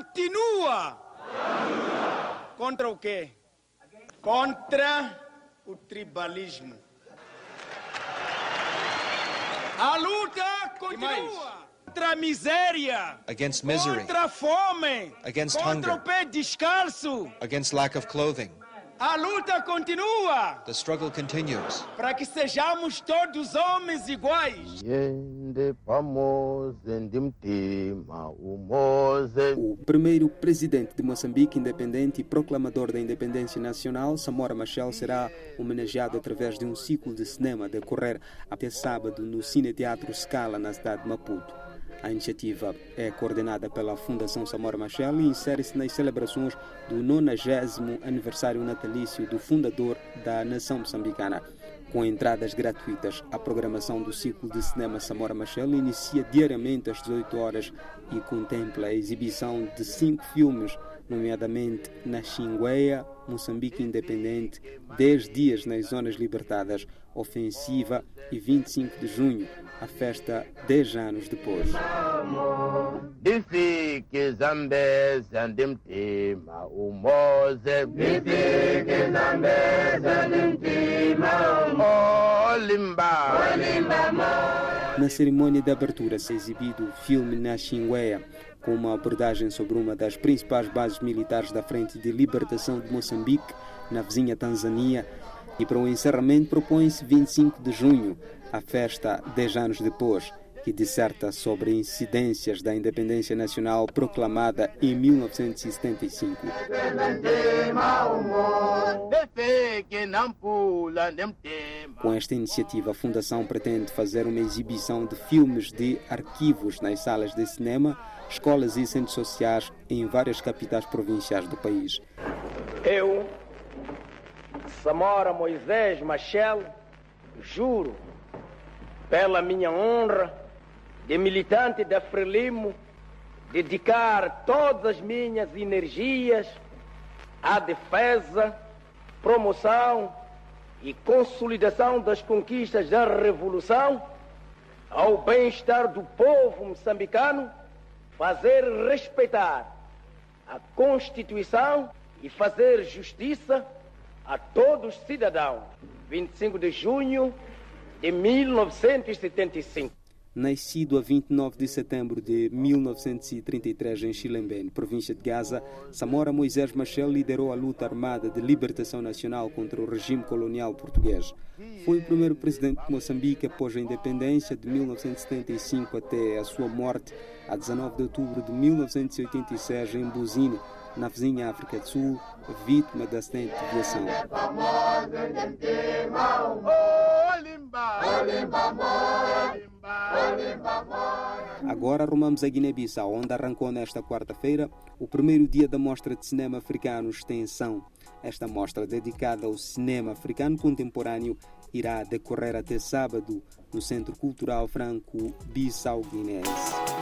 continua. Contra o quê? Contra o tribalismo. A luta continua. Contra a miséria. Against misery. Contra a fome. Against contra hunger. o pé descalço. Against lack of clothing. A luta continua. The struggle continues. Para que sejamos todos homens iguais. O primeiro presidente de Moçambique independente e proclamador da independência nacional, Samora Machel, será homenageado através de um ciclo de cinema a decorrer até sábado no Cine Teatro Scala, na cidade de Maputo. A iniciativa é coordenada pela Fundação Samora Machel e insere-se nas celebrações do 90º aniversário natalício do fundador da nação moçambicana. Com entradas gratuitas, a programação do ciclo de cinema Samora Machel inicia diariamente às 18 horas e contempla a exibição de 5 filmes, nomeadamente Na Xingueia, Moçambique Independente, 10 Dias nas Zonas Libertadas, Ofensiva e 25 de Junho, a festa 10 anos depois. Na cerimônia de abertura se exibido o filme Na Xingueia, com uma abordagem sobre uma das principais bases militares da Frente de Libertação de Moçambique, na vizinha Tanzânia, e para o encerramento propõe-se 25 de junho, a festa 10 anos depois, que disserta sobre incidências da independência nacional proclamada em 1975. Com esta iniciativa, a Fundação pretende fazer uma exibição de filmes de arquivos nas salas de cinema, escolas e centros sociais em várias capitais provinciais do país. Eu, Samora Moisés Machel, juro, pela minha honra de militante da Frelimo, dedicar todas as minhas energias à defesa, promoção e consolidação das conquistas da Revolução, ao bem-estar do povo moçambicano, fazer respeitar a Constituição e fazer justiça a todos os cidadãos. 25 de junho de 1975. Nascido a 29 de setembro de 1933 em Chilembene, província de Gaza, Samora Moisés Machel liderou a luta armada de libertação nacional contra o regime colonial português. Foi o primeiro presidente de Moçambique após a independência de 1975 até a sua morte, a 19 de outubro de 1986, em Buzine, na vizinha África do Sul, vítima de acidente de aviação. Agora arrumamos a Guiné-Bissau, onde arrancou nesta quarta-feira o primeiro dia da Mostra de Cinema Africano Extensão. Esta mostra, dedicada ao cinema africano contemporâneo, irá decorrer até sábado no Centro Cultural Franco-Bissau-Guinense.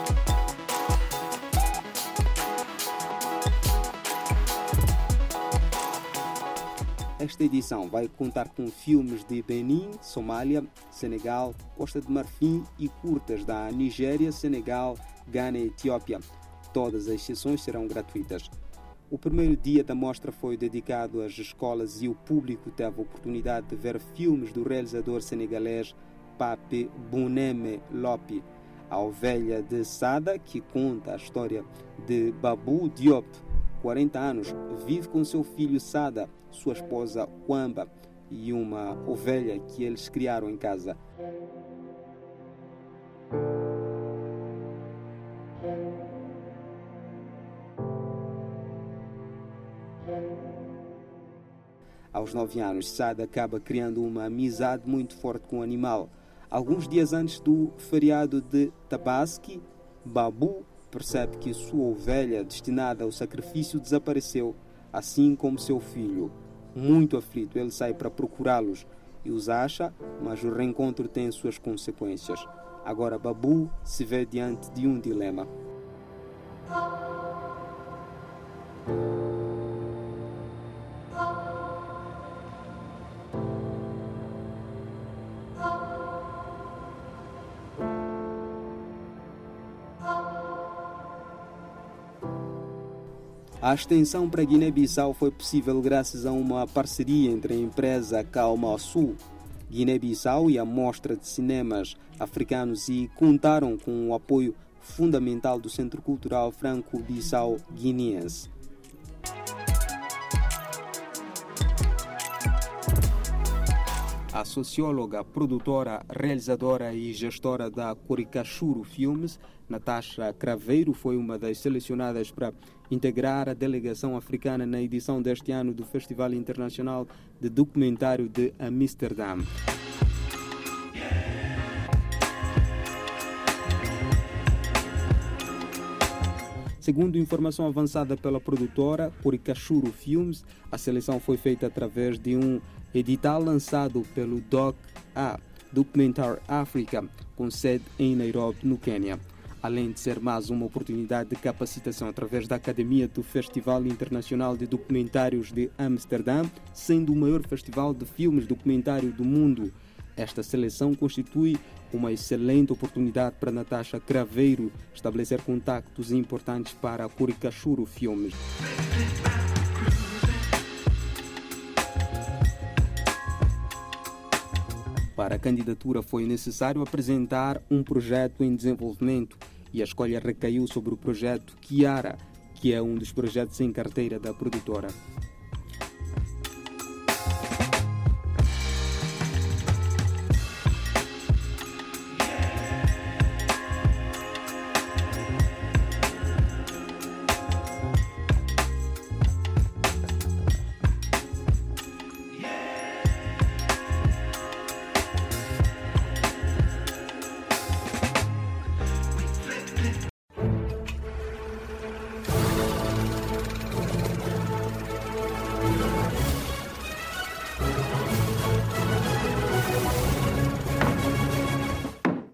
Esta edição vai contar com filmes de Benin, Somália, Senegal, Costa de Marfim e curtas da Nigéria, Senegal, Gana e Etiópia. Todas as sessões serão gratuitas. O primeiro dia da mostra foi dedicado às escolas e o público teve a oportunidade de ver filmes do realizador senegalês Pape Bouneme Lopi, A Ovelha de Sada, que conta a história de Babou Diop, 40 anos, vive com seu filho Sada, sua esposa Kwamba e uma ovelha que eles criaram em casa. Aos 9 anos, Sada acaba criando uma amizade muito forte com o animal. Alguns dias antes do feriado de Tabaski, Babu percebe que sua ovelha destinada ao sacrifício desapareceu, assim como seu filho. Muito aflito, ele sai para procurá-los e os acha, mas o reencontro tem suas consequências. Agora Babu se vê diante de um dilema. A extensão para Guiné-Bissau foi possível graças a uma parceria entre a empresa Kaomasu, Guiné-Bissau e a Mostra de Cinemas Africanos e contaram com o apoio fundamental do Centro Cultural Franco-Bissau-Guineense. A socióloga, produtora, realizadora e gestora da Curicachuru Filmes, Natasha Craveiro, foi uma das selecionadas para integrar a delegação africana na edição deste ano do Festival Internacional de Documentário de Amsterdã. Segundo informação avançada pela produtora Curicachuru Filmes, a seleção foi feita através de um edital lançado pelo DOC-A, Documentar Africa, com sede em Nairobi, no Quênia. Além de ser mais uma oportunidade de capacitação através da Academia do Festival Internacional de Documentários de Amsterdã, sendo o maior festival de filmes documentário do mundo, esta seleção constitui uma excelente oportunidade para Natasha Craveiro estabelecer contactos importantes para a Curicachuru Filmes. Para a candidatura foi necessário apresentar um projeto em desenvolvimento e a escolha recaiu sobre o projeto Kiara, que é um dos projetos em carteira da produtora.